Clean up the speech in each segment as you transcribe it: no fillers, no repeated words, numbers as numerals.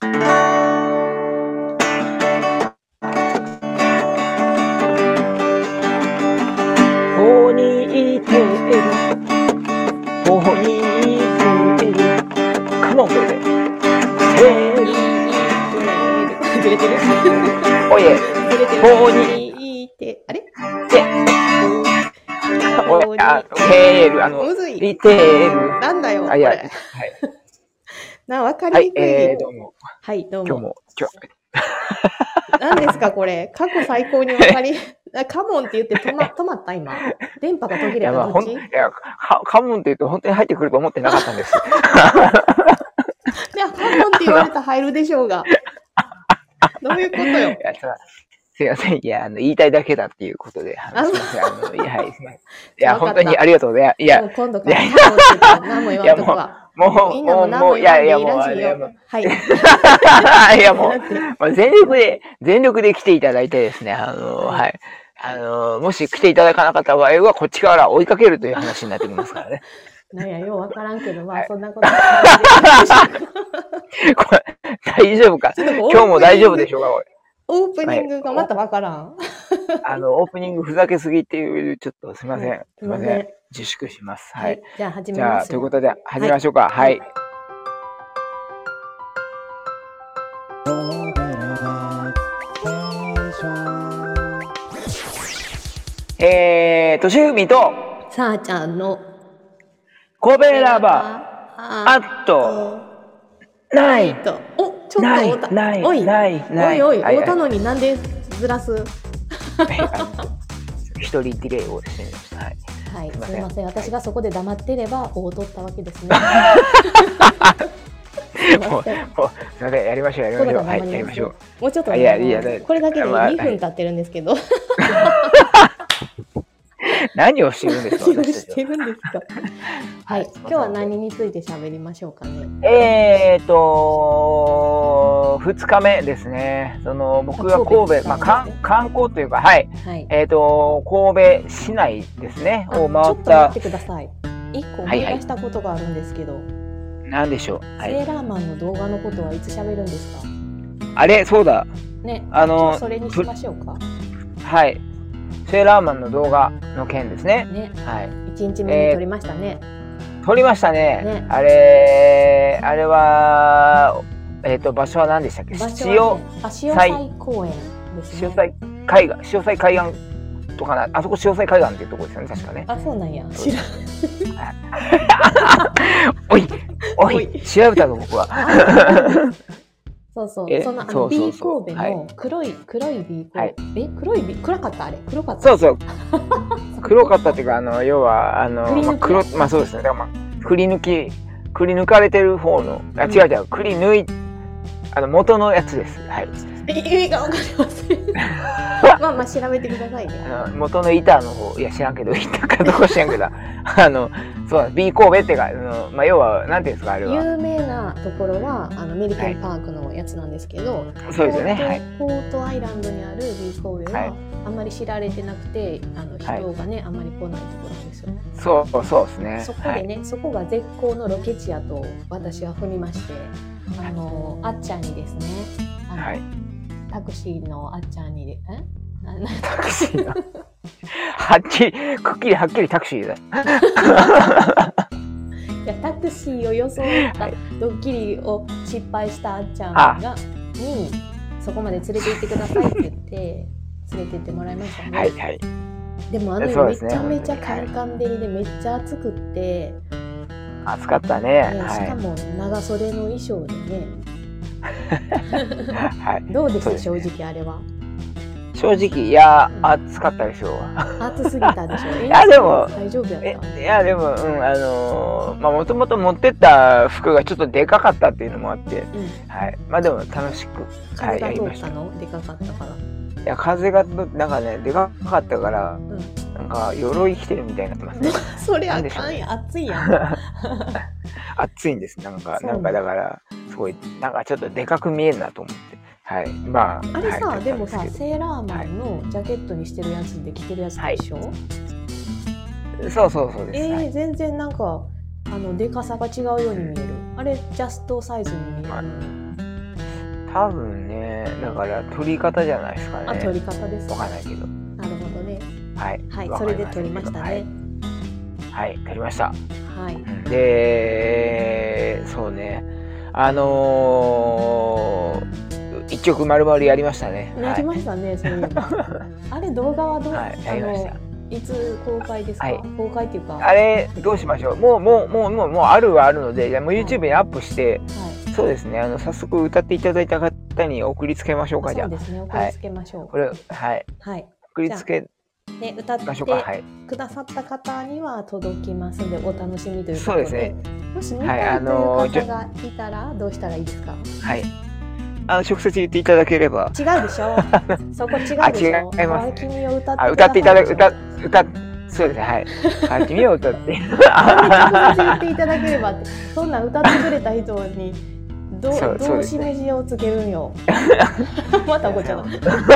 ポニーテール、ポニーテール、カモンベイベー。テール、 ずれてる。 おいえ、 ずれてる。 ポニーテあれ？ おい、テール、 むずい。 リテール。 なんだよ、こいや、 れ。 はい。 わかはりにくい。 い、どうも。 はい、どうも。 今日も、 何ですか、これ。過去最高にわかり、カモンって言って止まった今。電波が途切れたどっち？ カモンって言うと本当に入ってくると思ってなかったんです。 カモンって言われたら入るでしょうが。どういうことよ。 すいません。いや、言いたいだけだっていうことで。すいません。はい、すいません。いや、本当にありがとうございます。いや、 今度からカモンって言ったら何も言わんとこは。みんなも何も言わんでいいらしいよ。はい。 いや、もう、全力で来ていただいてですね、はい。もし来ていただかなかった場合は、こっちから追いかけるという話になってきますからね。 なんや、ようわからんけど、まあ、そんなこと。これ、大丈夫か？今日も大丈夫でしょうか、これ。 オープニングがまたわからん。 オープニングふざけすぎっていう、ちょっとすいません。すいません。自粛します。はい。 じゃあ始めます。 ということで、始めましょうか。はい。としふみと、 さあちゃんの、 コベラバ、あっと、ないと。お、ちょっとおた、おい、おたのになんでずらす？ 一人ディレイをしてみました。 はい、すみません。私がそこで黙ってれば、お取ったわけですね。 すみません、やりましょう。はい、やりましょう。 もうちょっと、これだけで2分経ってるんですけど。 何をしてるんですか？ 何をしてるんですか？はい、今日は何について喋りましょうかね。 2日目ですね。僕が神戸、観光というか、はい。神戸市内ですね。を回った。 ちょっと待ってください。1個思い出したことがあるんですけど。 何でしょう。 セーラーマンの動画のことはいつ喋るんですか？ あれ、そうだ。 ね、それにしましょうか。 はい。セーラーマンの動画の件ですね。 はい。1日目に撮りましたね。 撮りましたね。あれは、場所は何でしたっけ？ 潮西公園ですね。 潮西海岸とかな、あそこ潮西海岸っていうところですよね、確かね。 あ、そうなんや。知らん。 おい、調べたぞ、僕は。 そうそう、B 神戸の黒い B 神戸、暗かったあれ、黒かった。 そう、黒かったっていうか、要はそうですね。だからくり抜かれてる方の、違う、くり抜い元のやつです。はい。 意味がわかりません。まあ調べてくださいね。 元の板の方、いや知らんけど、板かどこ知らんけど、そう B 神戸ってか、要はなんていうんですか、あれは。 有名なところはメリケンパークのやつなんですけど、 そうですよね。はい。 ポートアイランドにある B 神戸はあんまり知られてなくて、人がねあんまり来ないところなんですよね。 そうですね。 そこでね、そこが絶好のロケ地やと私は踏みまして、あっちゃんにですね、タクシーのあっちゃんにタクシーのくっきりタクシーだ。 いや、タクシーを装ったドッキリを失敗したあっちゃんにそこまで連れて行ってくださいって言って連れて行ってもらいましたね。 はい。 でもめちゃめちゃカンカン照りでめっちゃ暑くって暑かったね。 しかも長袖の衣装でね。どうでした、正直あれは。 正直、いや、暑かったでしょう。 暑すぎたでしょ。 いや、でも、 大丈夫やった？ いや、でも、もともと持ってった服がちょっとでかかったっていうのもあって、はい。まあでも楽しく、 風が通ったの？でかかったから。 いや、風が、なんかね、でかかったから、なんか、鎧着てるみたいになってますね。 それあかんやん、暑いやん。 暑いんです。なんかだから、すごい、なんかちょっとでかく見えるなと思って。はい。まあ。 あれさ、でもさ、セーラーマンのジャケットにしてるやつで着てるやつでしょ？ そうです。 全然なんか、でかさが違うように見える。あれ、ジャストサイズに見えるのに。 多分ね、だから撮り方じゃないですかね。 あ、撮り方ですか。 わかんないけど。 なるほどね。 はい。 はい、それで撮りましたね。 はい、撮りました。 はい。 で、そうね。一曲丸々やりましたね。 やりましたね、そういえば。あれ動画はどう、 はい、やりました。 いつ公開ですか？ はい、 公開っていうか。 あれどうしましょう。もうあるはあるので、じゃあもう YouTube にアップして、はい、そうですね。早速歌っていただいた方に送りつけましょうか。じゃあ。そうですね。 送りつけましょう。 これはい。はい。送りつけ。 ね、歌ってくださった方には届きますので、お楽しみということで。そうですね。もし見たいという方がいたらどうしたらいいですか？はい。 直接言っていただければ。 違うでしょ。そこ違うでしょ。 違います。 君を歌っていただくそうですね。はい。君を歌って。 直接言っていただければって、そんな歌ってくれた人にどうしめじをつけるんよ。またごちゃな。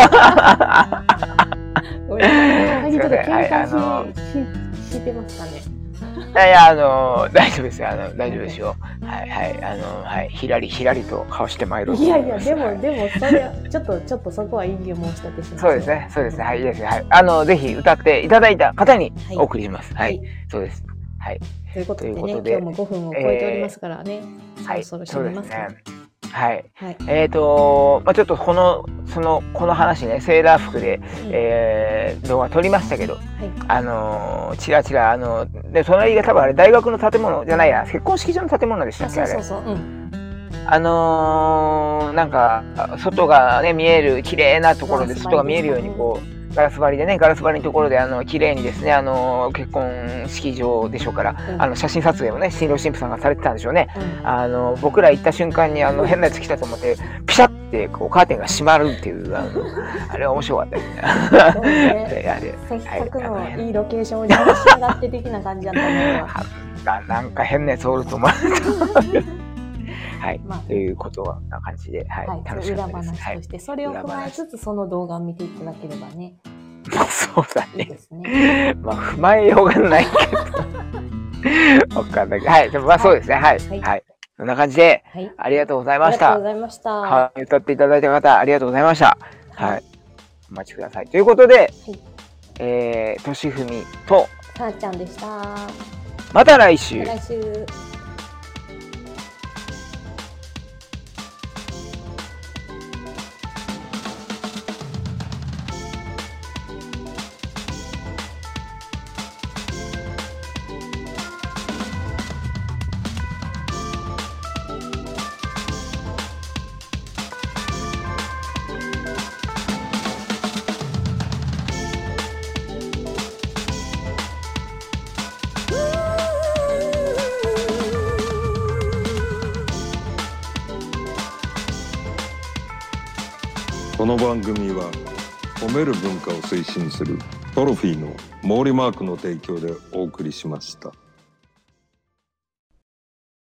ごめんなさい。ちょっと喧嘩してますかね。 いや大丈夫ですよ。大丈夫ですよ。はいひらりと顔してまいろうと思います。 でもそれちょっとそこは異議を申し立てします。 そうですね。はい、いいですよ。はい。ぜひ歌っていただいた方にお送りします。はい。そうです。はい。 ということでね、今日も5分を超えておりますからね。そろそろ締めますか。 はい。ちょっとこの話ね、セーラー服で、動画撮りましたけど、ちらちらで隣が多分あれ大学の建物じゃないや、結婚式場の建物でしたっけあれ。そう。なんか外がね見える綺麗なところで外が見えるようにこう。ガラス張りのところで綺麗にですね結婚式場でしょうから、写真撮影をね新郎新婦さんがされてたんでしょうね。僕ら行った瞬間に変なやつ来たと思ってピシャってこうカーテンが閉まるっていうあれは面白かったですね。 せっかくのいいロケーションを邪魔しやがって的な感じだったのがなんか変なやつおると思う。はい、ということな感じで、 楽しかったです。裏話として、それを踏まえつつその動画を見ていただければね。 そうだね。踏まえようがないけど。わかんないけど、はい、でもそうですね、はい。そんな感じで、ありがとうございました。 ありがとうございました。 歌っていただいた方、ありがとうございました。はい、お待ちください。ということで、としふみとさあちゃんでした。 また来週。 この番組は褒める文化を推進するトロフィーの毛利マークの提供でお送りしました。